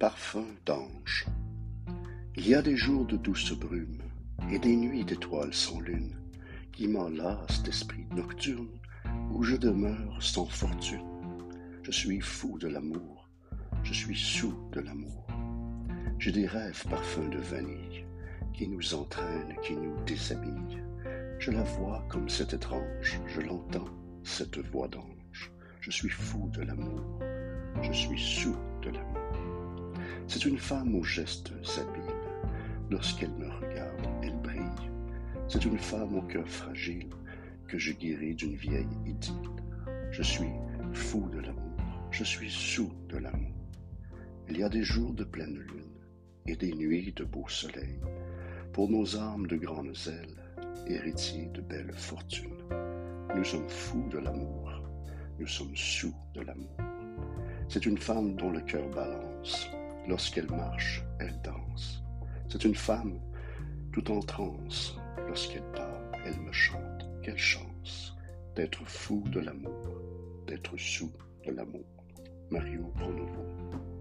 parfum d'ange. Il y a des jours de douce brume et des nuits d'étoiles sans lune qui m'enlacent d'esprit nocturne où je demeure sans fortune. Je suis fou de l'amour, je suis sous de l'amour. J'ai des rêves parfums de vanille qui nous entraînent, qui nous déshabillent. Je la vois comme c'est étrange, je l'entends, cette voix d'ange. Je suis fou de l'amour, je suis sous de l'amour. C'est une femme aux gestes habiles. Lorsqu'elle me regarde, elle brille. C'est une femme au cœur fragile que je guéris d'une vieille idylle. Je suis fou de l'amour, je suis sous de l'amour. Il y a des jours de pleine lune et des nuits de beau soleil. Pour nos âmes de grandes ailes, héritiers de belles fortunes. Nous sommes fous de l'amour, nous sommes sous de l'amour. C'est une femme dont le cœur balance. Lorsqu'elle marche, elle danse. C'est une femme tout en transe. Lorsqu'elle parle, elle me chante. Quelle chance d'être fou de l'amour, d'être sous de l'amour. Mario Pronovo.